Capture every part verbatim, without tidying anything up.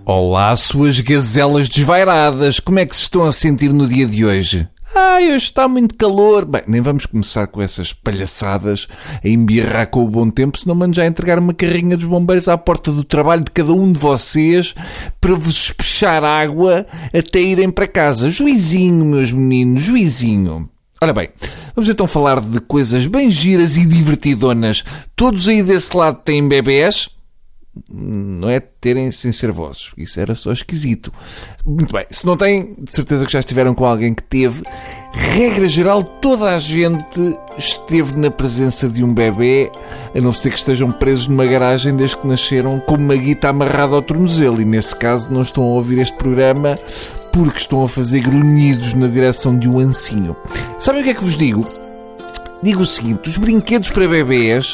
Olá, suas gazelas desvairadas. Como é que se estão a sentir no dia de hoje? Ah, hoje está muito calor. Bem, nem vamos começar com essas palhaçadas a embirrar com o bom tempo, senão mando já entregar uma carrinha dos bombeiros à porta do trabalho de cada um de vocês para vos espechar água até irem para casa. Juizinho, meus meninos, juizinho. Ora bem, vamos então falar de coisas bem giras e divertidonas. Todos aí desse lado têm bebés? Não é terem sem ser vossos. Isso era só esquisito. Muito bem. Se não têm, de certeza que já estiveram com alguém que teve. Regra geral, toda a gente esteve na presença de um bebê, a não ser que estejam presos numa garagem desde que nasceram com uma guita amarrada ao tornozelo. E nesse caso não estão a ouvir este programa porque estão a fazer grunhidos na direção de um ancinho. Sabem o que é que vos digo? Digo o seguinte: os brinquedos para bebés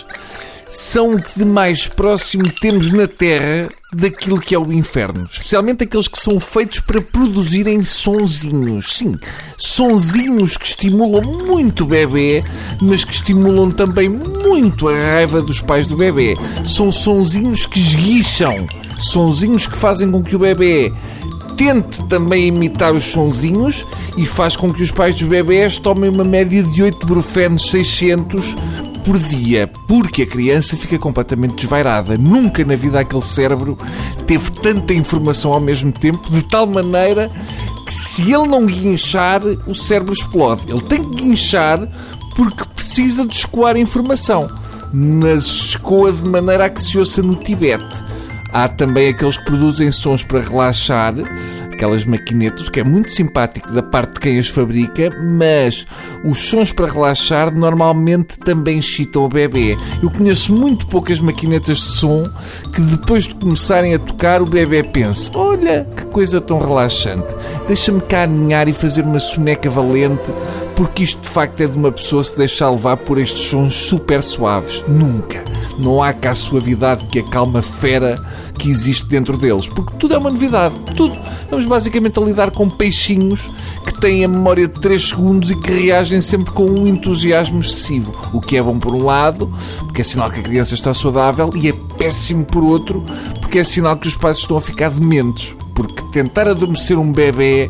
são o que de mais próximo temos na Terra daquilo que é o inferno. Especialmente aqueles que são feitos para produzirem sonzinhos. Sim, sonzinhos que estimulam muito o bebê, mas que estimulam também muito a raiva dos pais do bebê. São sonzinhos que esguicham. Sonzinhos que fazem com que o bebê tente também imitar os sonzinhos e faz com que os pais dos bebés tomem uma média de oito brufenes seiscentos por dia, porque a criança fica completamente desvairada. Nunca na vida aquele cérebro teve tanta informação ao mesmo tempo, de tal maneira que se ele não guinchar, o cérebro explode. Ele tem que guinchar porque precisa de escoar informação, mas escoa de maneira a que se ouça no Tibete. Há também aqueles que produzem sons para relaxar, aquelas maquinetas, que é muito simpático da parte de quem as fabrica, mas os sons para relaxar normalmente também excitam o bebê. Eu conheço muito poucas maquinetas de som que depois de começarem a tocar o bebê pensa: olha, que coisa tão relaxante, deixa-me cá aninhar e fazer uma soneca valente, porque isto de facto é de uma pessoa se deixar levar por estes sons super suaves. Nunca. Não há cá a suavidade que acalma a fera que existe dentro deles, porque tudo é uma novidade, tudo. Vamos basicamente a lidar com peixinhos que têm a memória de três segundos e que reagem sempre com um entusiasmo excessivo, o que é bom por um lado, porque é sinal que a criança está saudável, e é péssimo por outro, porque é sinal que os pais estão a ficar dementes, porque tentar adormecer um bebê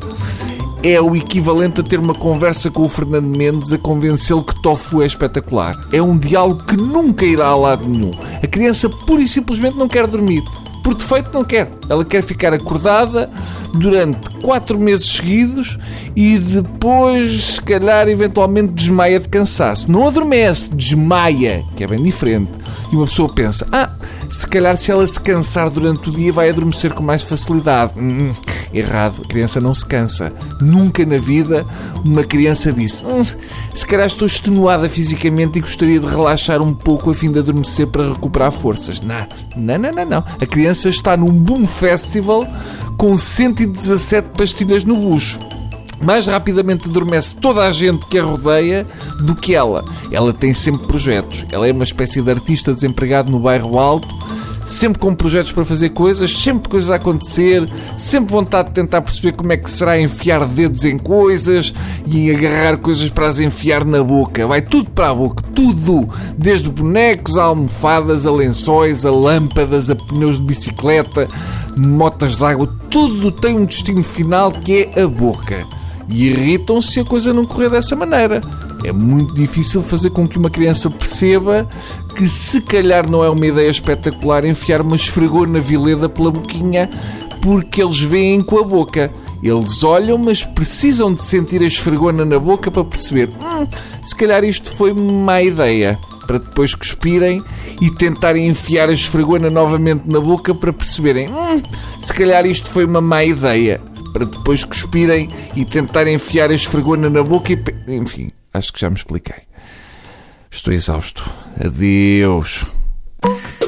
é o equivalente a ter uma conversa com o Fernando Mendes a convencê-lo que tofu é espetacular. É um diálogo que nunca irá a lado nenhum. A criança pura e simplesmente não quer dormir. Por defeito não quer. Ela quer ficar acordada durante quatro meses seguidos e depois, se calhar, eventualmente desmaia de cansaço. Não adormece, desmaia, que é bem diferente. E uma pessoa pensa: ah, se calhar se ela se cansar durante o dia vai adormecer com mais facilidade. Hum, errado. A criança não se cansa. Nunca na vida uma criança disse: hum, se calhar estou extenuada fisicamente e gostaria de relaxar um pouco a fim de adormecer para recuperar forças. Não, não, não, não. não. A criança está num boom festival com cento e dezassete pastilhas no bucho. Mais rapidamente adormece toda a gente que a rodeia do que ela. Ela tem sempre projetos. Ela é uma espécie de artista desempregado no bairro alto, sempre com projetos para fazer coisas, sempre coisas a acontecer, sempre vontade de tentar perceber como é que será enfiar dedos em coisas e agarrar coisas para as enfiar na boca. Vai tudo para a boca, tudo! Desde bonecos, a almofadas, a lençóis, a lâmpadas, a pneus de bicicleta, motas de água, tudo tem um destino final que é a boca. E irritam-se se a coisa não correr dessa maneira. É muito difícil fazer com que uma criança perceba que se calhar não é uma ideia espetacular enfiar uma esfregona vileda pela boquinha, porque eles veem com a boca. Eles olham, mas precisam de sentir a esfregona na boca para perceber: hum, se calhar isto foi uma má ideia. Para depois cuspirem e tentarem enfiar a esfregona novamente na boca para perceberem: hum, se calhar isto foi uma má ideia. Para depois cuspirem e tentarem enfiar a esfregona na boca e... Enfim, acho que já me expliquei. Estou exausto. Adeus.